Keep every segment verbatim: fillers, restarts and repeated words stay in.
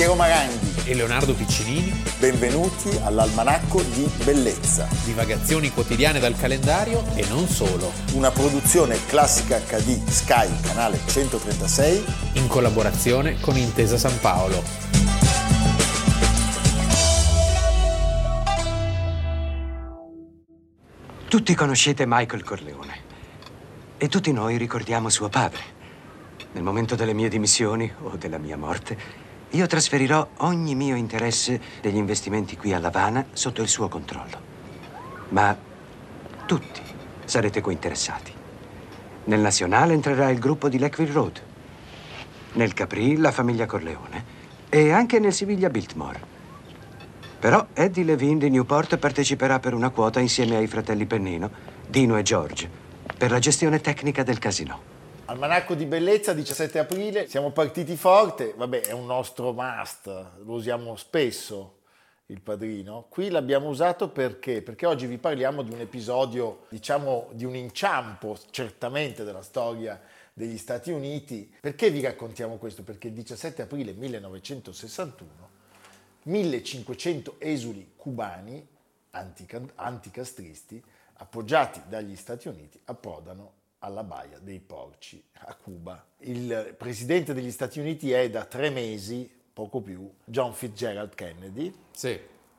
Piero Maranghi e Leonardo Piccinini. Benvenuti all'Almanacco di Bellezza. Divagazioni quotidiane dal calendario e non solo. Una produzione Classica acca di Sky, canale centotrentasei. In collaborazione con Intesa San Paolo. Tutti conoscete Michael Corleone e tutti noi ricordiamo suo padre. Nel momento delle mie dimissioni o della mia morte, io trasferirò ogni mio interesse degli investimenti qui a La Habana sotto il suo controllo. Ma tutti sarete cointeressati. Nel Nazionale entrerà il gruppo di Lakeville Road, nel Capri la famiglia Corleone e anche nel Siviglia Biltmore. Però Eddie Levine di Newport parteciperà per una quota insieme ai fratelli Pennino, Dino e George, per la gestione tecnica del casinò. Almanacco di Bellezza, diciassette aprile, siamo partiti forte, vabbè è un nostro must, lo usiamo spesso il Padrino. Qui l'abbiamo usato perché? Perché oggi vi parliamo di un episodio, diciamo di un inciampo certamente della storia degli Stati Uniti. Perché vi raccontiamo questo? Perché il diciassette aprile millenovecentosessantuno millecinquecento esuli cubani anticastristi appoggiati dagli Stati Uniti approdano alla Baia dei Porci a Cuba. Il presidente degli Stati Uniti è da tre mesi, poco più, John Fitzgerald Kennedy, sì.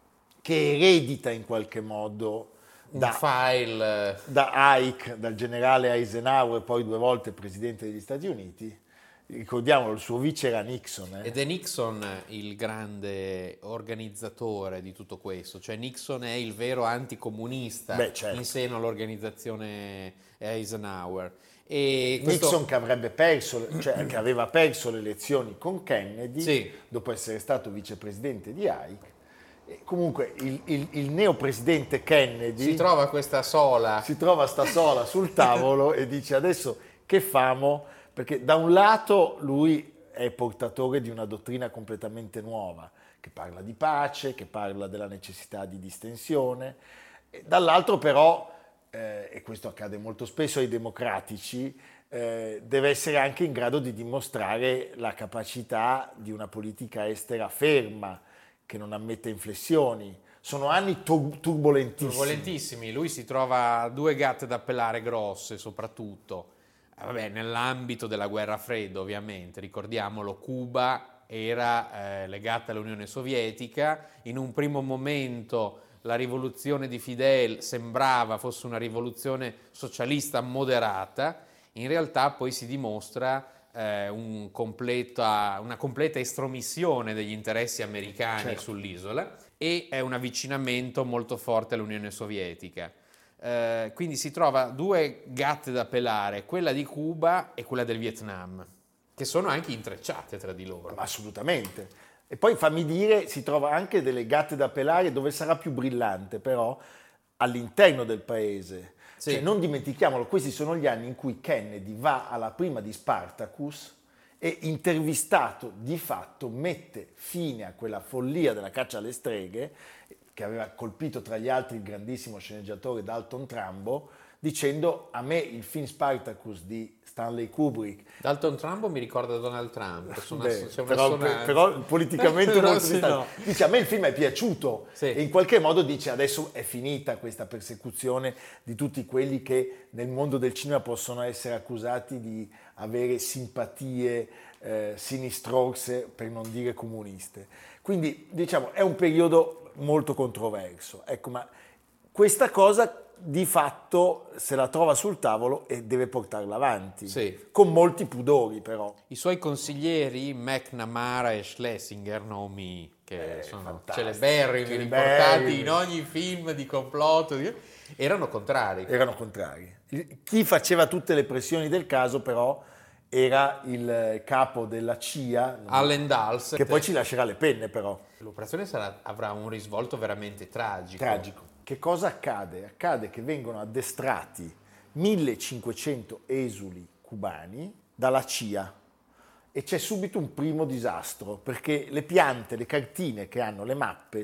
che eredita in qualche modo un da, file da Ike, dal generale Eisenhower, poi due volte presidente degli Stati Uniti. Ricordiamolo, il suo vice era Nixon. Eh? Ed è Nixon il grande organizzatore di tutto questo, cioè Nixon è il vero anticomunista. Beh, certo. In seno all'organizzazione Eisenhower. E questo... Nixon che avrebbe perso, cioè che aveva perso le elezioni con Kennedy, sì, dopo essere stato vicepresidente di Ike. E comunque il, il, il neopresidente Kennedy si trova questa sola, si trova sta sola sul tavolo e dice adesso che famo? Perché da un lato lui è portatore di una dottrina completamente nuova, che parla di pace, che parla della necessità di distensione, e dall'altro però, eh, e questo accade molto spesso ai democratici, eh, deve essere anche in grado di dimostrare la capacità di una politica estera ferma, che non ammette inflessioni. Sono anni tur- turbolentissimi. Turbolentissimi, lui si trova due gatte da pelare grosse soprattutto. Vabbè, nell'ambito della guerra fredda ovviamente, ricordiamolo, Cuba era eh, legata all'Unione Sovietica, in un primo momento la rivoluzione di Fidel sembrava fosse una rivoluzione socialista moderata, in realtà poi si dimostra eh, un completa, una completa estromissione degli interessi americani, certo, sull'isola e è un avvicinamento molto forte all'Unione Sovietica. Uh, quindi si trova due gatte da pelare, quella di Cuba e quella del Vietnam, che sono anche intrecciate tra di loro. Assolutamente. E poi fammi dire, si trova anche delle gatte da pelare dove sarà più brillante, però all'interno del paese. Sì. Cioè, non dimentichiamolo, questi sono gli anni in cui Kennedy va alla prima di Spartacus e, intervistato di fatto, mette fine a quella follia della caccia alle streghe che aveva colpito tra gli altri il grandissimo sceneggiatore Dalton Trumbo, dicendo: a me il film Spartacus di Stanley Kubrick. Dalton Trumbo mi ricorda Donald Trump, sono Beh, c'è una però, però politicamente però molto sì, distante. no. Dice: a me il film è piaciuto, sì, e in qualche modo dice: adesso è finita questa persecuzione di tutti quelli che nel mondo del cinema possono essere accusati di avere simpatie eh, sinistrorse, per non dire comuniste. Quindi diciamo è un periodo molto controverso, ecco, ma questa cosa di fatto se la trova sul tavolo e deve portarla avanti, sì, con molti pudori però. I suoi consiglieri McNamara e Schlesinger, nomi che eh, sono celeberrimi, riportati in ogni film di complotto, erano contrari. Erano contrari. Chi faceva tutte le pressioni del caso però era il capo della C I A, Allen Dulles, che poi ci lascerà le penne però. L'operazione sarà, avrà un risvolto veramente tragico. Tragico. Che cosa accade? Accade che vengono addestrati millecinquecento esuli cubani dalla C I A e c'è subito un primo disastro, perché le piante, le cartine che hanno le mappe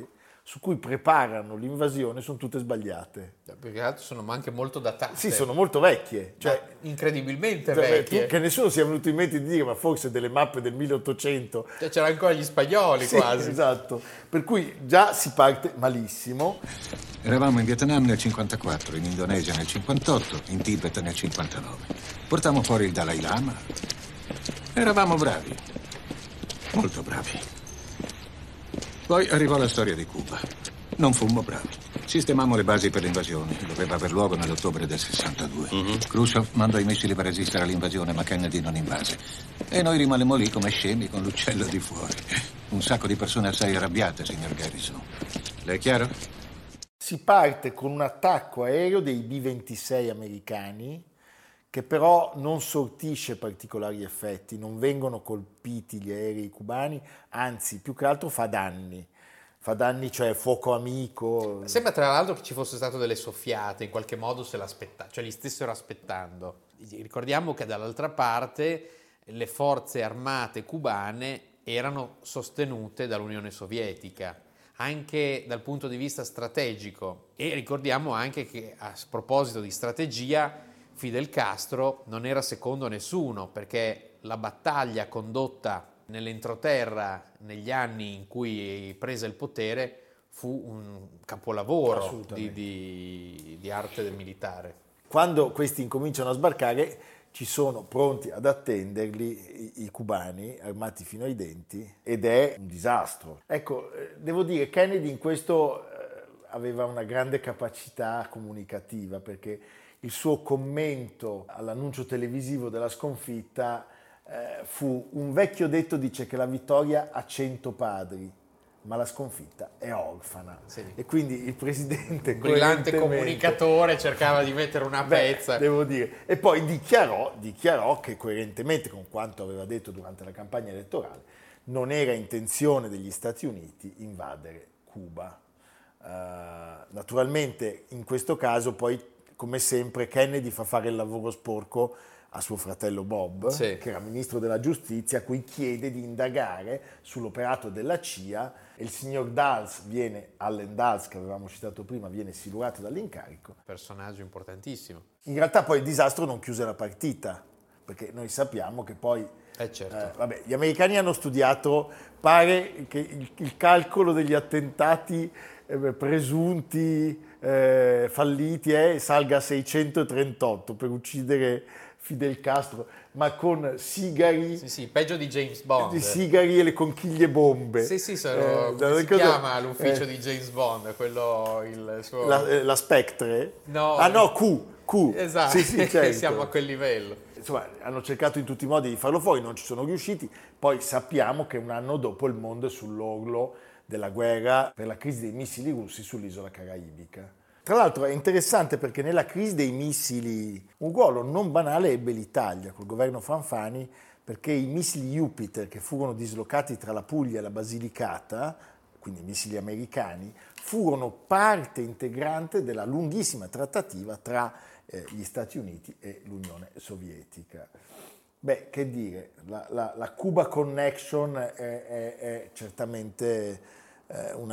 su cui preparano l'invasione sono tutte sbagliate. Perché altro sono anche molto datate. Sì, sono molto vecchie. Cioè, incredibilmente cioè, vecchie. Che nessuno sia venuto in mente di dire, ma forse delle mappe del milleottocento. Cioè, c'erano ancora gli spagnoli Sì, quasi. esatto. Per cui già si parte malissimo. Eravamo in Vietnam nel cinquantaquattro, in Indonesia nel cinquantotto, in Tibet nel cinquantanove. Portammo fuori il Dalai Lama. Eravamo bravi. Molto bravi. Poi arrivò la storia di Cuba. Non fummo bravi. Sistemammo le basi per l'invasione. Doveva aver luogo nell'ottobre del sessantadue. Mm-hmm. Khrushchev mandò i missili per resistere all'invasione, ma Kennedy non invase. E noi rimanemmo lì come scemi con l'uccello di fuori. Un sacco di persone assai arrabbiate, signor Garrison. Le è chiaro? Si parte con un attacco aereo dei B ventisei americani, che però non sortisce particolari effetti, non vengono colpiti gli aerei cubani, anzi più che altro fa danni, fa danni, cioè fuoco amico. Sembra tra l'altro che ci fosse stato delle soffiate, in qualche modo se l'aspettavano, cioè li stessero aspettando. Ricordiamo che dall'altra parte le forze armate cubane erano sostenute dall'Unione Sovietica, anche dal punto di vista strategico, e ricordiamo anche che a proposito di strategia Fidel Castro non era secondo a nessuno, perché la battaglia condotta nell'entroterra negli anni in cui prese il potere fu un capolavoro di, di, di arte del militare. Quando questi incominciano a sbarcare ci sono pronti ad attenderli i, i cubani armati fino ai denti ed è un disastro. Ecco, eh, devo dire, Kennedy in questo eh, aveva una grande capacità comunicativa, perché il suo commento all'annuncio televisivo della sconfitta eh, fu: un vecchio detto dice che la vittoria ha cento padri, ma la sconfitta è orfana. Sì. E quindi il presidente, un brillante comunicatore, cercava di mettere una beh, pezza. Devo dire. E poi dichiarò, dichiarò che coerentemente con quanto aveva detto durante la campagna elettorale, non era intenzione degli Stati Uniti invadere Cuba. Uh, naturalmente in questo caso poi, come sempre, Kennedy fa fare il lavoro sporco a suo fratello Bob, sì, che era ministro della giustizia, a cui chiede di indagare sull'operato della C I A, e il signor Dulles viene, Allen Dulles, che avevamo citato prima, viene silurato dall'incarico. Personaggio importantissimo. In realtà poi il disastro non chiuse la partita, perché noi sappiamo che poi eh certo. eh, vabbè, gli americani hanno studiato, pare che il, il calcolo degli attentati eh, presunti eh, falliti è eh, salga a seicentotrentotto per uccidere Fidel Castro, ma con sigari, sì, sì, peggio di James Bond, di sigari e le conchiglie bombe. Sì, sì, sono, eh, come si cosa, chiama l'ufficio eh, di James Bond, quello il suo... la, la Spectre? No, ah no, Q, Q. Esatto, sì, sì, certo. Siamo a quel livello. Insomma, hanno cercato in tutti i modi di farlo fuori, non ci sono riusciti. Poi sappiamo che un anno dopo il mondo è sull'orlo della guerra per la crisi dei missili russi sull'isola caraibica. Tra l'altro è interessante perché nella crisi dei missili un ruolo non banale ebbe l'Italia col governo Fanfani, perché i missili Jupiter che furono dislocati tra la Puglia e la Basilicata, quindi missili americani, furono parte integrante della lunghissima trattativa tra eh, gli Stati Uniti e l'Unione Sovietica. Beh, che dire, la, la, la Cuba Connection è, è, è certamente eh, una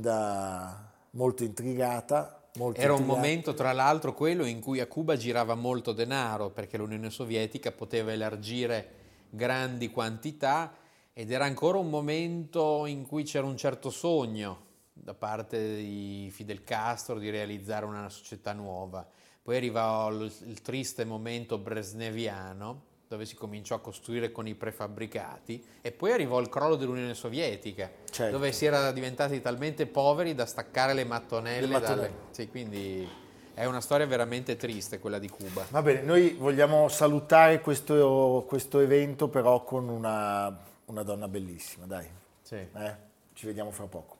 vicenda molto intrigata. Molto Era un intrigata. momento, tra l'altro, quello in cui a Cuba girava molto denaro, perché l'Unione Sovietica poteva elargire grandi quantità, ed era ancora un momento in cui c'era un certo sogno da parte di Fidel Castro di realizzare una società nuova. Poi arrivò il, il triste momento brezhneviano, dove si cominciò a costruire con i prefabbricati, e poi arrivò il crollo dell'Unione Sovietica, certo, dove si era diventati talmente poveri da staccare le mattonelle. Le mattonelle. Dalle... Sì, quindi è una storia veramente triste quella di Cuba. Va bene, noi vogliamo salutare questo, questo evento però con una, una donna bellissima, dai. Sì. Eh? Ci vediamo fra poco.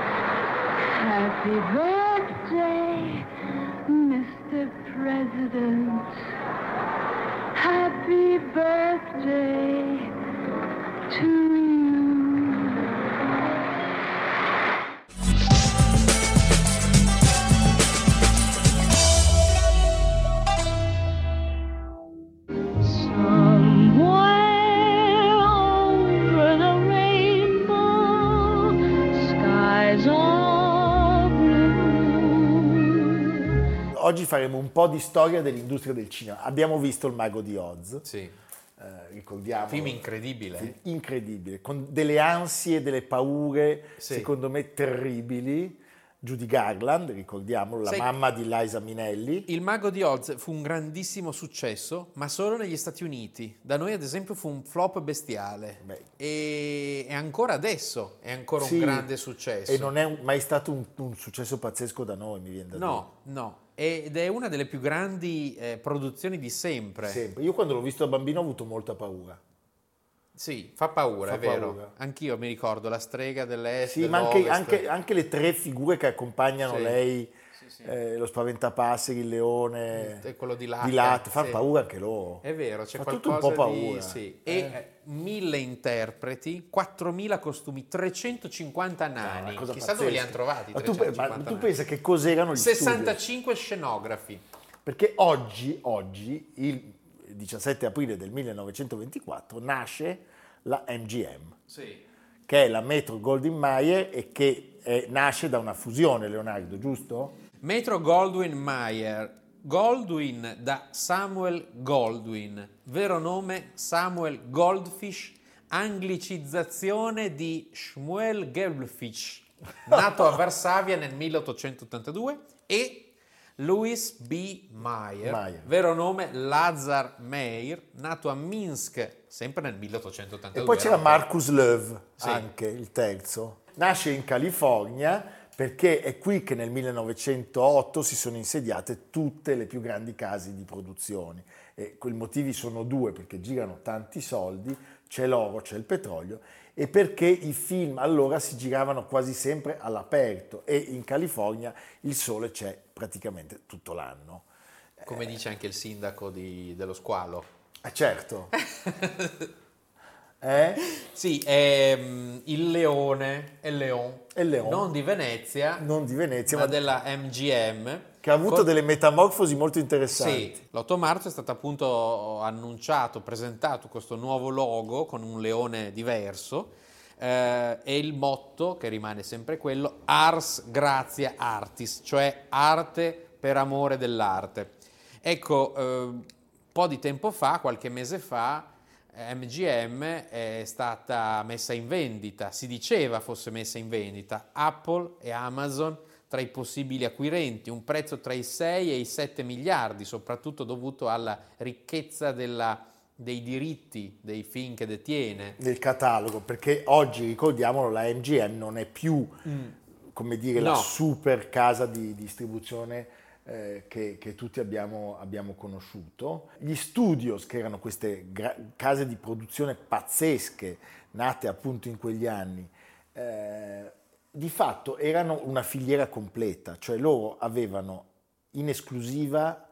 Happy birthday, mister President. Happy birthday to you. Somewhere over the rainbow, skies on oggi faremo un po' di storia dell'industria del cinema. Abbiamo visto Il Mago di Oz, Sì. eh, ricordiamo. Film incredibile. Film incredibile, con delle ansie, delle paure, Sì. secondo me terribili. Judy Garland, ricordiamolo, la Sai- mamma di Liza Minnelli. Il Mago di Oz fu un grandissimo successo, ma solo negli Stati Uniti. Da noi, ad esempio, fu un flop bestiale. Beh. E, e ancora adesso è ancora Sì, un grande successo. E non è un- mai stato un, un successo pazzesco da noi, mi viene da No, no. Ed è una delle più grandi eh, produzioni di sempre. dire. Sempre. Io quando l'ho visto da bambino ho avuto molta paura. Sì, fa paura, Fa è vero. paura. Anch'io mi ricordo la strega dell'est. Sì, ma anche, dell'ovest. anche- anche le tre figure che accompagnano Sì. lei, Sì, sì. eh, lo spaventapasseri, il leone, E quello di latte. di latte, fanno Sì. paura anche loro. È vero, c'è Fa qualcosa tutto un po' di... paura. Sì. E eh, mille interpreti, quattromila costumi, trecentocinquanta nani. Una cosa Chissà dove li pazzesca. hanno trovati. Ma tu, ma trecentocinquanta tu nani. pensa che cos'erano gli studios? sessantacinque scenografi. Perché oggi, oggi, il diciassette aprile del millenovecentoventiquattro, nasce la M G M, Sì. che è la Metro Goldwyn Mayer e che eh, nasce da una fusione, Leonardo, giusto? Metro Goldwyn Mayer. Goldwyn da Samuel Goldwyn, vero nome Samuel Goldfish, anglicizzazione di Shmuel Goldfish, nato a Varsavia nel milleottocentottantadue, e Louis B. Mayer, Mayer. vero nome Lazar Meir, nato a Minsk, sempre nel milleottocentottantadue. E poi c'era Era- Marcus Löw, Sì. anche il terzo. Nasce in California perché è qui che nel millenovecentootto si sono insediate tutte le più grandi case di produzione. E i motivi sono due, perché girano tanti soldi, c'è l'oro, c'è il petrolio, e perché i film allora si giravano quasi sempre all'aperto e in California il sole c'è praticamente tutto l'anno. Come dice anche il sindaco di- dello squalo. Eh certo. Eh? Sì, è mm, il leone, è Leon, È Leon. non di Venezia, Non di Venezia, ma ma della M G M. che ha avuto Con- delle metamorfosi molto interessanti. Sì, l'otto marzo è stato appunto annunciato, presentato questo nuovo logo con un leone diverso eh, e il motto, che rimane sempre quello, Ars Gratia Artis, cioè arte per amore dell'arte. Ecco, eh, un po' di tempo fa, qualche mese fa, M G M è stata messa in vendita, si diceva fosse messa in vendita, Apple e Amazon tra i possibili acquirenti, un prezzo tra i sei e i sette miliardi, soprattutto dovuto alla ricchezza della- dei diritti dei film che detiene. Nel catalogo, perché oggi, ricordiamolo, la M G M non è più, come dire, la No. super casa di distribuzione eh, che, che tutti abbiamo, abbiamo conosciuto. Gli studios, che erano queste gra- case di produzione pazzesche, nate appunto in quegli anni, eh, di fatto erano una filiera completa, cioè loro avevano in esclusiva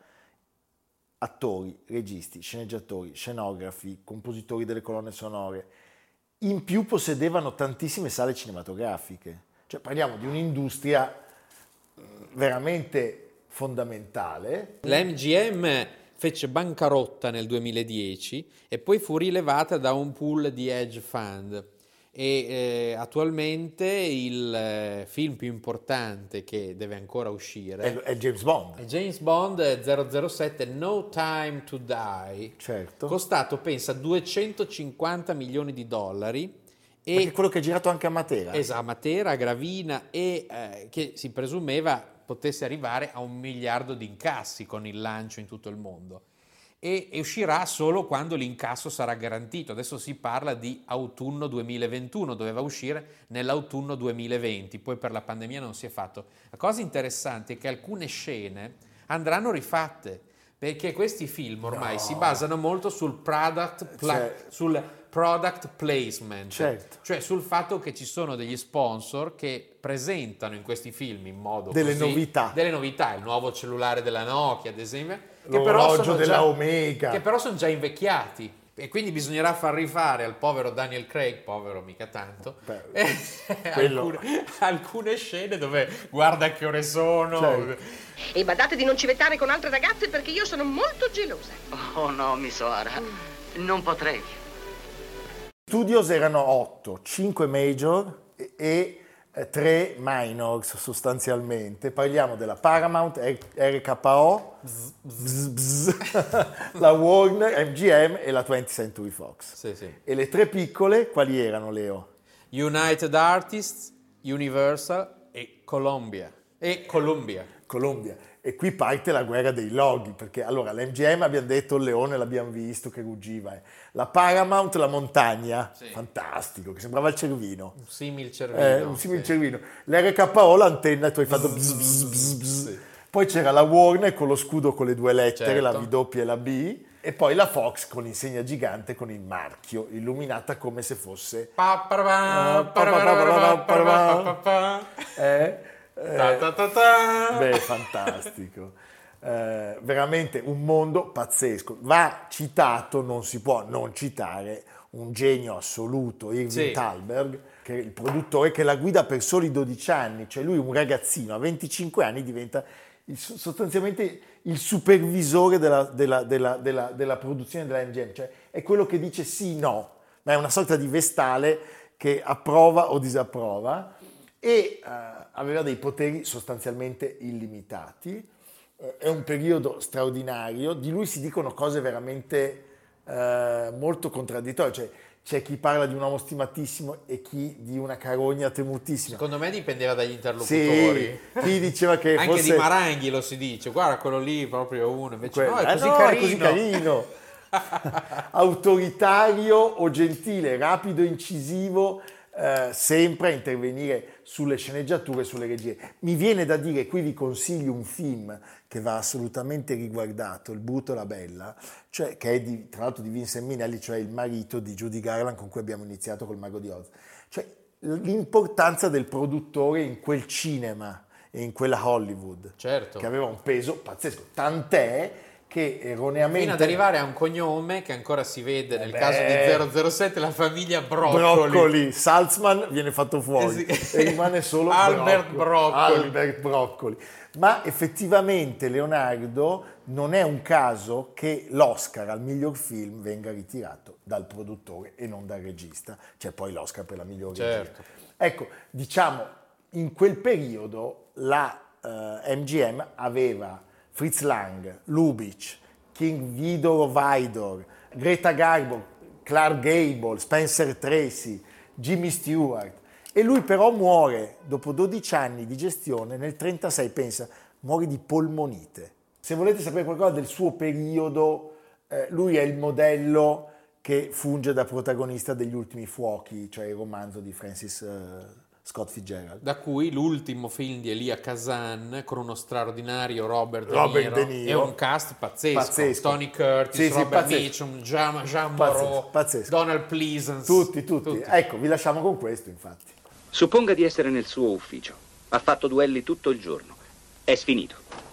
attori, registi, sceneggiatori, scenografi, compositori delle colonne sonore. In più possedevano tantissime sale cinematografiche. Cioè parliamo di un'industria mh, veramente fondamentale. La M G M fece bancarotta nel duemiladieci e poi fu rilevata da un pool di hedge fund. E eh, attualmente il eh, film più importante che deve ancora uscire È, è James Bond, è James Bond zero zero sette No Time to Die, certo. costato pensa duecentocinquanta milioni di dollari Perché e è quello che è girato anche a Matera. Esatto, Matera, Gravina, e eh, che si presumeva potesse arrivare a un miliardo di incassi con il lancio in tutto il mondo. E, e uscirà solo quando l'incasso sarà garantito. Adesso si parla di autunno duemilaventuno, doveva uscire nell'autunno duemilaventi, poi per la pandemia non si è fatto. La cosa interessante è che alcune scene andranno rifatte, perché questi film ormai No. si basano molto sul product, pla- Cioè- sul product placement, Certo. cioè sul fatto che ci sono degli sponsor che presentano in questi film in modo Delle così- novità. delle novità, il nuovo cellulare della Nokia ad esempio, che però L'orologio sono della già, Omega. che però sono già invecchiati e quindi bisognerà far rifare al povero Daniel Craig, povero mica tanto, Beh, eh, quello- alcune, alcune scene dove guarda che ore sono. Certo. E badate di non civettare con altre ragazze perché io sono molto gelosa. Oh no, mi Soara, non potrei. Studios erano otto, cinque major e, e, eh, tre minors sostanzialmente. Parliamo della Paramount, R K O, bzz, bzz, bzz, la Warner, M G M e la twentieth Century Fox. Sì, sì. E le tre piccole quali erano, Leo? United Artists, Universal e Columbia. E Columbia. Columbia. E qui parte la guerra dei loghi, perché allora l'M G M abbiamo detto il leone, l'abbiamo visto che ruggiva, eh. La Paramount, la montagna, sì. fantastico, che sembrava il cervino. Un simil cervino. Eh, un simil sì. cervino. L'R K O, l'antenna, tu hai fatto bzz, bzz, bzz, bzz. Sì. Poi c'era la Warner con lo scudo con le due lettere, certo. la V e la B, e poi la Fox con l'insegna gigante con il marchio, illuminata come se fosse... Eh? Eh, ta ta ta ta. Beh, fantastico. Eh, veramente un mondo pazzesco. Va citato, non si può non citare un genio assoluto, Irving sì. Thalberg, che è il produttore che la guida per soli dodici anni, cioè lui un ragazzino a venticinque anni diventa il, sostanzialmente il supervisore della, della, della, della, della produzione della M G M, cioè è quello che dice sì, no, ma è una sorta di vestale che approva o disapprova. E uh, aveva dei poteri sostanzialmente illimitati. Uh, è un periodo straordinario, di lui si dicono cose veramente uh, molto contraddittorie, cioè c'è chi parla di un uomo stimatissimo e chi di una carogna temutissima. Secondo me dipendeva dagli interlocutori. Sì, chi diceva che anche fosse... di Maranghi lo si dice, guarda quello lì proprio uno, invece Quello. no, è Eh così no, carino. È così carino. Autoritario o gentile, rapido, incisivo, eh, sempre a intervenire sulle sceneggiature e sulle regie. Mi viene da dire, qui vi consiglio un film che va assolutamente riguardato, Il brutto e la bella, cioè, che è di, tra l'altro di Vincent Minnelli, cioè il marito di Judy Garland con cui abbiamo iniziato col Mago di Oz. Cioè l'importanza del produttore in quel cinema e in quella Hollywood, certo. che aveva un peso pazzesco, tant'è che erroneamente... Fino ad arrivare a un cognome che ancora si vede nel beh, caso di zero zero sette, la famiglia Broccoli. Broccoli. Salzman viene fatto fuori eh sì. e rimane solo Albert Broccoli. Albert Broccoli. Ma effettivamente, Leonardo, non è un caso che l'Oscar al miglior film venga ritirato dal produttore e non dal regista. C'è poi l'Oscar per la miglior certo. regia. Ecco, diciamo, in quel periodo la uh, M G M aveva Fritz Lang, Lubitsch, King Vidor Vidor, Greta Garbo, Clark Gable, Spencer Tracy, Jimmy Stewart. E lui però muore dopo dodici anni di gestione, nel trentasei, pensa, muore di polmonite. Se volete sapere qualcosa del suo periodo, eh, lui è il modello che funge da protagonista degli Ultimi Fuochi, cioè il romanzo di Francis uh, Scott Fitzgerald. Da cui l'ultimo film di Elia Kazan con uno straordinario Robert De, Robert Niro, De Niro. e un cast pazzesco. Pazzesco. Tony Curtis, Sì, sì, Robert pazzesco. Mitchum, Jean, Jean Pazzesco, Moreau, pazzesco. Donald Pleasance. Tutti, tutti, tutti. Ecco, vi lasciamo con questo, infatti. Supponga di essere nel suo ufficio. Ha fatto duelli tutto il giorno. È sfinito.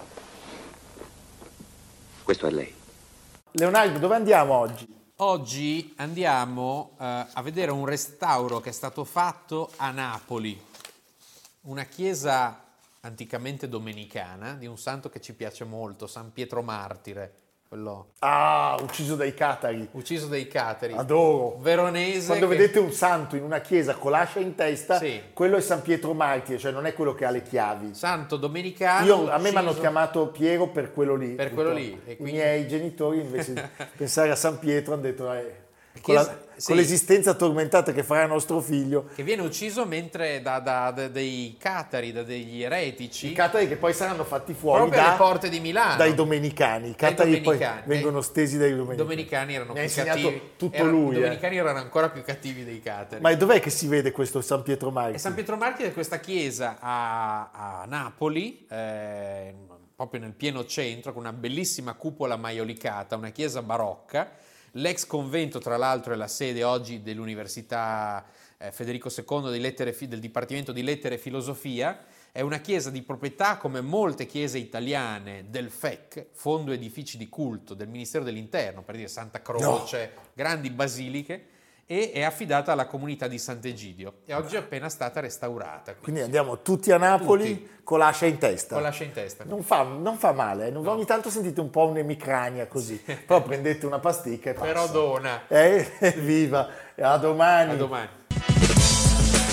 Questo è lei. Leonardo, dove andiamo oggi? Oggi andiamo uh, a vedere un restauro che è stato fatto a Napoli, una chiesa anticamente domenicana di un santo che ci piace molto, San Pietro Martire, quello Ah, ucciso dai catari. ucciso dai cateri. Adoro. Veronese. Quando che... vedete un santo in una chiesa con l'ascia in testa, sì. quello è San Pietro Martire, cioè non è quello che ha le chiavi. Santo domenicano. Io, a me ucciso... mi hanno chiamato Piero per quello lì. Per quello lì. E quindi... I miei genitori invece di pensare a San Pietro hanno detto eh, con, Chiesa... la, sì. con l'esistenza tormentata che farà nostro figlio. Che viene ucciso mentre da, da, da dei catari, da degli eretici. I catari che poi saranno fatti fuori proprio da, alle porte di Milano. dai domenicani. I catari poi vengono stesi dai domenicani. I domenicani erano Mi ha più insegnato cattivi. tutto erano, lui. I eh. domenicani erano ancora più cattivi dei catari. Ma dov'è che si vede questo San Pietro Martire? E San Pietro Martire è questa chiesa a, a Napoli, eh, proprio nel pieno centro, con una bellissima cupola maiolicata, una chiesa barocca. L'ex convento, tra l'altro, è la sede oggi dell'Università eh, Federico secondo di lettere, del Dipartimento di Lettere e Filosofia. È una chiesa di proprietà, come molte chiese italiane, del F E C, Fondo Edifici di Culto, del Ministero dell'Interno, per dire Santa Croce, no. grandi basiliche, e è affidata alla comunità di Sant'Egidio. E oggi è appena stata restaurata. Quindi, quindi andiamo tutti a Napoli tutti. con l'ascia in testa. Con l'ascia in testa. Non fa, non fa male, non, no. ogni tanto sentite un po' un'emicrania così, però prendete una pasticca e passa. Però dona. Eh, viva, a domani. A domani.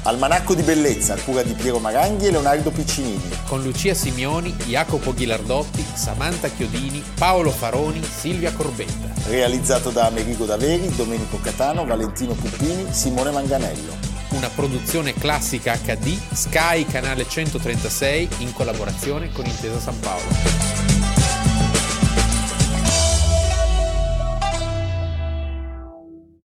Almanacco di bellezza a cura di Piero Maranghi e Leonardo Piccinini. Con Lucia Simioni, Jacopo Ghilardotti, Samantha Chiodini, Paolo Faroni, Silvia Corbetta. Realizzato da Amerigo Daveri, Domenico Catano, Valentino Puppini, Simone Manganello. Una produzione Classica acca di, Sky Canale centotrentasei in collaborazione con Intesa San Paolo.